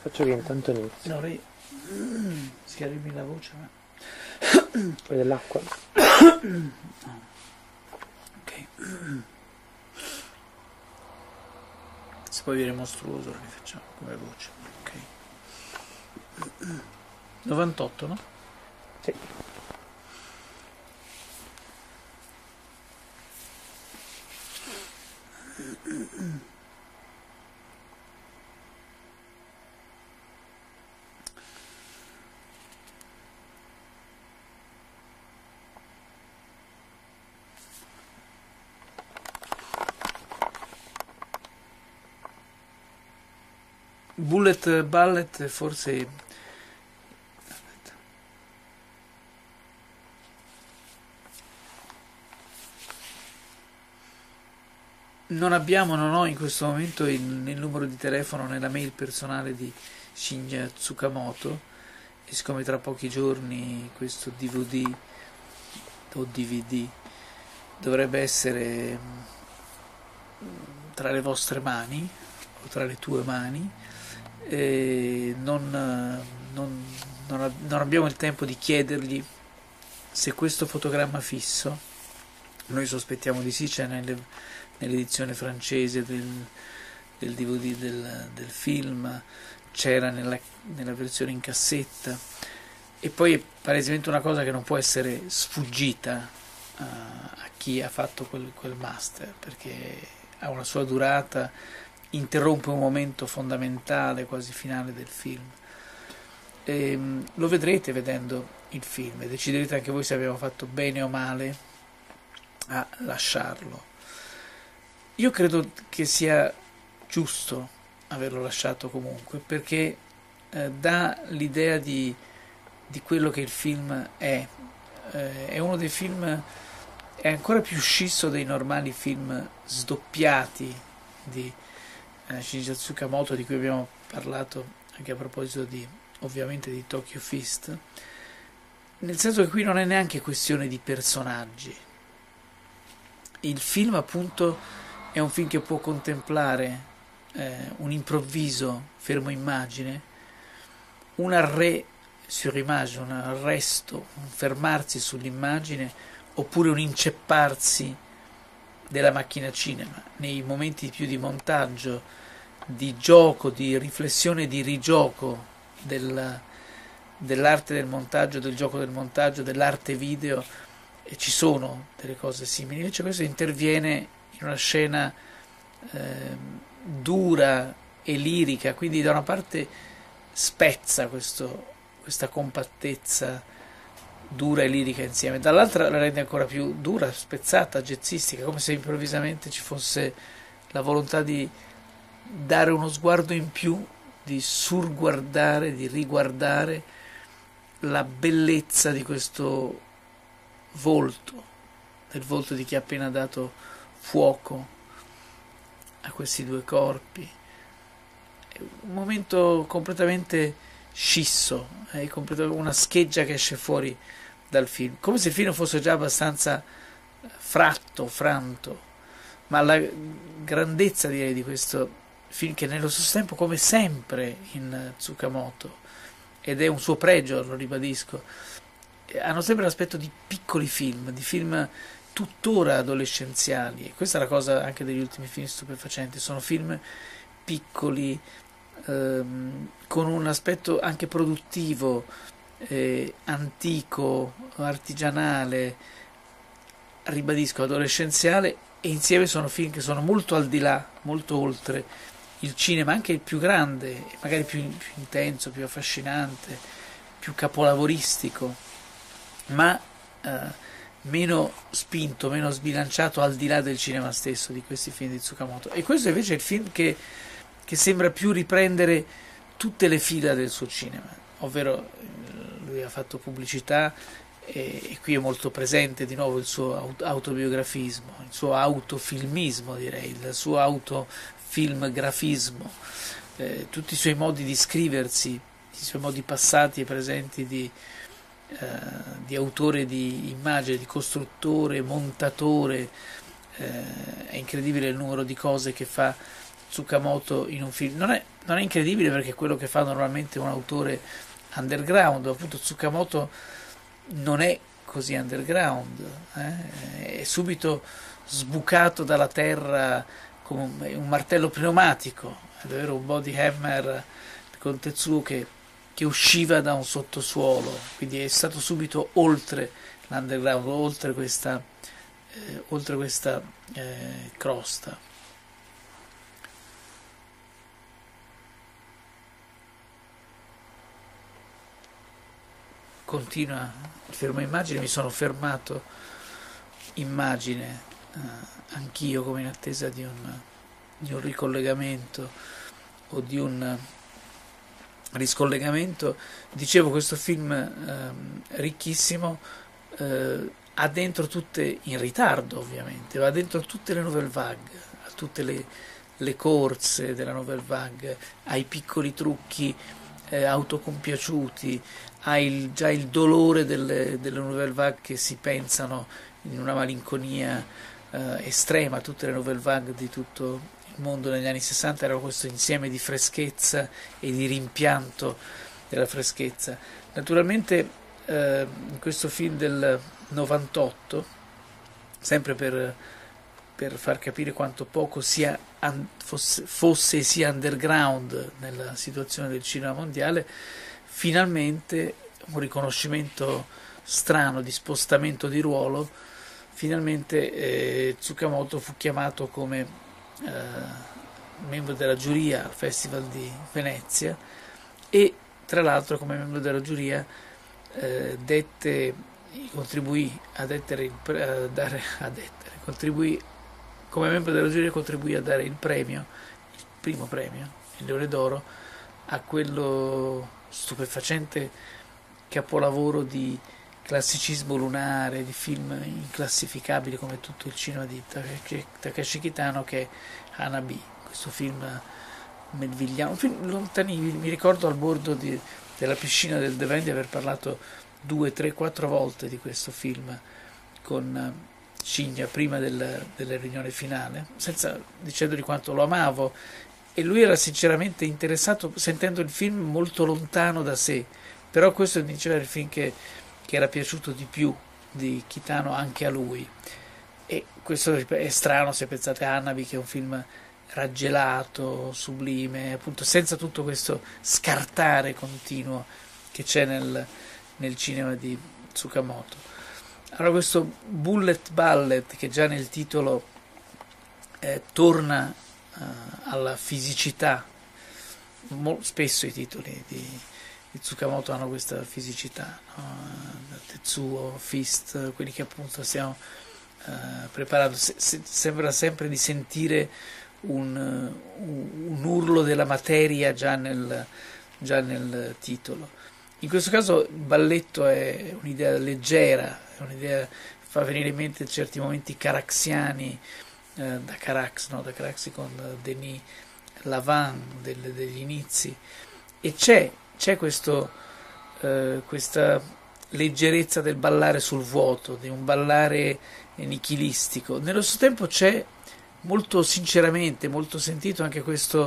Faccio che intanto inizio. Dovrei schiarirmi la voce, ma... Poi dell'acqua. Ok. Se poi viene mostruoso lo rifacciamo come voce. Ok. 98, no? Sì. Bullet Ballet forse... Aspetta. Non ho in questo momento il numero di telefono nella mail personale di Shinya Tsukamoto, e siccome tra pochi giorni questo DVD o DVD dovrebbe essere tra le vostre mani o tra le tue mani, non abbiamo il tempo di chiedergli se questo fotogramma fisso, noi sospettiamo di sì, c'è nell'edizione francese del DVD del film, c'era nella versione in cassetta, e poi è palesemente una cosa che non può essere sfuggita a chi ha fatto quel master, perché ha una sua durata, interrompe un momento fondamentale, quasi finale del film. E lo vedrete vedendo il film e deciderete anche voi se abbiamo fatto bene o male a lasciarlo. Io credo che sia giusto averlo lasciato comunque, perché dà l'idea di quello che il film è. È uno dei film, è ancora più scisso dei normali film sdoppiati di Shinichi Tsukamoto, di cui abbiamo parlato anche a proposito ovviamente di Tokyo Fist, nel senso che qui non è neanche questione di personaggi. Il film appunto è un film che può contemplare un improvviso fermo immagine, un arrêt sur image, un arresto, un fermarsi sull'immagine, oppure un incepparsi della macchina cinema nei momenti più di montaggio, di gioco, di riflessione, di rigioco dell'arte del montaggio, del gioco del montaggio, dell'arte video, e ci sono delle cose simili. Invece questo interviene in una scena dura e lirica, quindi da una parte spezza questa compattezza dura e lirica insieme, dall'altra la rende ancora più dura, spezzata, jazzistica, come se improvvisamente ci fosse la volontà di dare uno sguardo in più, di surguardare, di riguardare la bellezza di questo volto, del volto di chi ha appena dato fuoco a questi due corpi. È un momento completamente scisso, è una scheggia che esce fuori dal film, come se il film fosse già abbastanza franto, ma la grandezza, direi, di questo film, che nello stesso tempo, come sempre in Tsukamoto, ed è un suo pregio, lo ribadisco, hanno sempre l'aspetto di piccoli film, di film tuttora adolescenziali, e questa è la cosa anche degli ultimi film stupefacenti, sono film piccoli, con un aspetto anche produttivo, antico, artigianale, ribadisco, adolescenziale, e insieme sono film che sono molto al di là, molto oltre il cinema, anche il più grande, magari più intenso, più affascinante, più capolavoristico, ma meno spinto, meno sbilanciato, al di là del cinema stesso di questi film di Tsukamoto. E questo invece è il film che sembra più riprendere tutte le fila del suo cinema, ovvero lui ha fatto pubblicità, e qui è molto presente di nuovo il suo autobiografismo, il suo autofilmismo, direi, il suo autofilmgrafismo, tutti i suoi modi di scriversi, i suoi modi passati e presenti di autore di immagine, di costruttore, montatore. È incredibile il numero di cose che fa Tsukamoto in un film. Non è incredibile, perché è quello che fa normalmente un autore underground. Appunto Tsukamoto non è così underground, è subito sbucato dalla terra come un martello pneumatico, è davvero un body hammer con Tetsuo che usciva da un sottosuolo, quindi è stato subito oltre l'underground, oltre questa crosta. Continua il fermo immagine, mi sono fermato immagine anch'io, come in attesa di un ricollegamento o di un riscollegamento. Dicevo, questo film ricchissimo, ha dentro tutte, in ritardo ovviamente, va dentro tutte le nouvelle vague, a tutte le corse della nouvelle vague, ai piccoli trucchi autocompiaciuti, già il dolore delle nouvelle vague che si pensano in una malinconia estrema. Tutte le nouvelle vague di tutto il mondo negli anni 60 erano questo insieme di freschezza e di rimpianto della freschezza. Naturalmente in questo film del 98, sempre per far capire quanto poco fosse sia underground nella situazione del cinema mondiale, finalmente un riconoscimento strano di spostamento di ruolo. Finalmente Tsukamoto fu chiamato come membro della giuria al Festival di Venezia, e tra l'altro come membro della giuria come membro della giuria contribuì a dare il primo premio, il Leone d'Oro, a quello stupefacente capolavoro di classicismo lunare, di film inclassificabili come tutto il cinema di Takeshi Kitano, che è Hanabi, questo film medvigliano, un film lontanissimo. Mi ricordo al bordo della piscina del Devent di aver parlato 2, 3, 4 volte di questo film con Cigna prima della riunione finale, dicendo di quanto lo amavo, e lui era sinceramente interessato, sentendo il film molto lontano da sé, però questo diceva il film che era piaciuto di più di Kitano anche a lui. E questo è strano se pensate a Hanabi, che è un film raggelato, sublime, appunto senza tutto questo scartare continuo che c'è nel cinema di Tsukamoto. Allora, questo Bullet Ballet, che già nel titolo torna alla fisicità, spesso i titoli di Tsukamoto hanno questa fisicità, no? Tetsuo, Fist, quelli che appunto stiamo preparando, sembra sempre di sentire un urlo della materia già nel titolo. In questo caso il balletto è un'idea leggera, è un'idea, fa venire in mente in certi momenti caraxiani, da Caraxi con Denis Lavant degli inizi, e c'è questa leggerezza del ballare sul vuoto, di un ballare nichilistico. Nello stesso tempo c'è molto sinceramente, molto sentito anche questa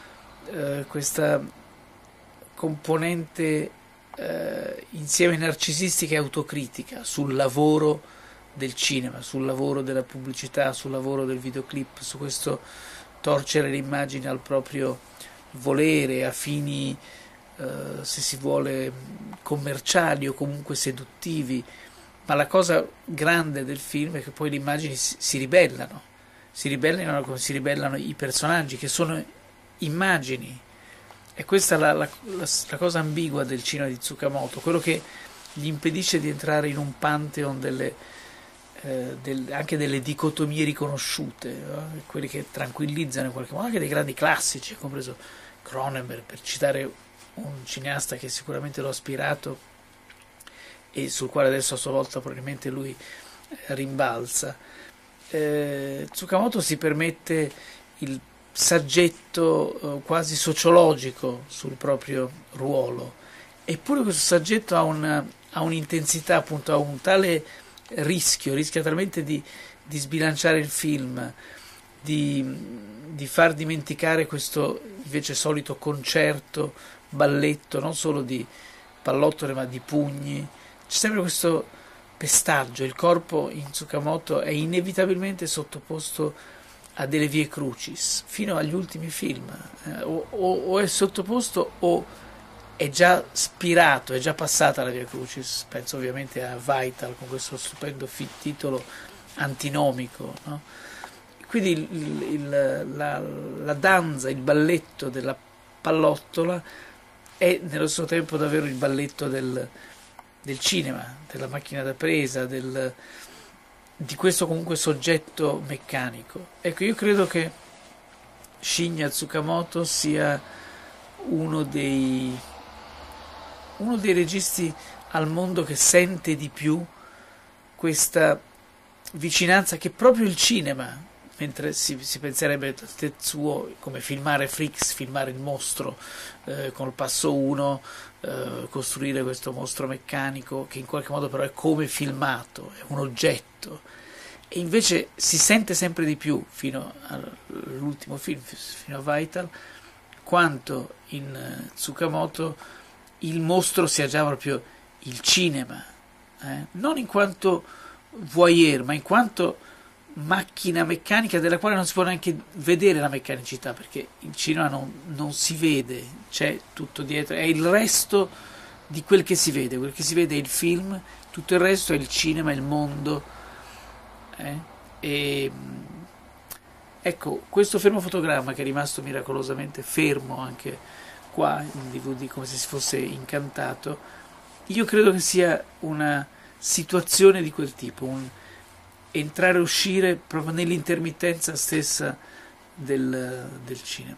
componente insieme narcisistica e autocritica sul lavoro del cinema, sul lavoro della pubblicità, sul lavoro del videoclip, su questo torcere l'immagine al proprio volere, a fini se si vuole commerciali o comunque seduttivi. Ma la cosa grande del film è che poi le immagini si ribellano come si ribellano i personaggi, che sono immagini. E questa è la cosa ambigua del cinema di Tsukamoto, quello che gli impedisce di entrare in un pantheon anche delle dicotomie riconosciute, no? Quelli che tranquillizzano in qualche modo, anche dei grandi classici, compreso Cronenberg, per citare un cineasta che sicuramente l'ho ispirato e sul quale adesso a sua volta probabilmente lui rimbalza. Tsukamoto si permette il saggetto quasi sociologico sul proprio ruolo, eppure questo saggetto ha un'intensità, appunto, ha un tale rischia talmente di sbilanciare il film, di far dimenticare questo invece solito concerto, balletto, non solo di pallottole ma di pugni. C'è sempre questo pestaggio, il corpo in Tsukamoto è inevitabilmente sottoposto a delle vie crucis, fino agli ultimi film, o è sottoposto o è già spirato, è già passata la via crucis. Penso ovviamente a Vital con questo stupendo titolo antinomico, no? Quindi la danza, il balletto della pallottola è nello stesso tempo davvero il balletto del cinema, della macchina da presa, di questo comunque soggetto meccanico. Ecco, io credo che Shinya Tsukamoto sia uno dei registi al mondo che sente di più questa vicinanza che proprio il cinema, mentre si penserebbe a Tetsuo come filmare Freaks, filmare il mostro col passo 1, costruire questo mostro meccanico che in qualche modo però è come filmato, è un oggetto, e invece si sente sempre di più fino all'ultimo film, fino a Vital, quanto in Tsukamoto il mostro sia già proprio il cinema, non in quanto voyeur, ma in quanto macchina meccanica della quale non si può neanche vedere la meccanicità, perché il cinema non si vede, c'è tutto dietro, è il resto di quel che si vede è il film, tutto il resto è il cinema, il mondo. E ecco, questo fermo fotogramma che è rimasto miracolosamente fermo anche qua in DVD come se si fosse incantato, io credo che sia una situazione di quel tipo, un entrare e uscire proprio nell'intermittenza stessa del cinema.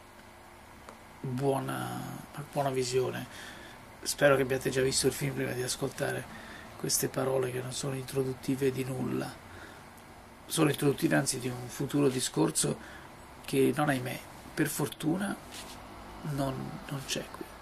Buona visione. Spero che abbiate già visto il film prima di ascoltare queste parole che non sono introduttive di nulla, sono introduttive anzi di un futuro discorso che non, ahimè, per fortuna non c'è qui.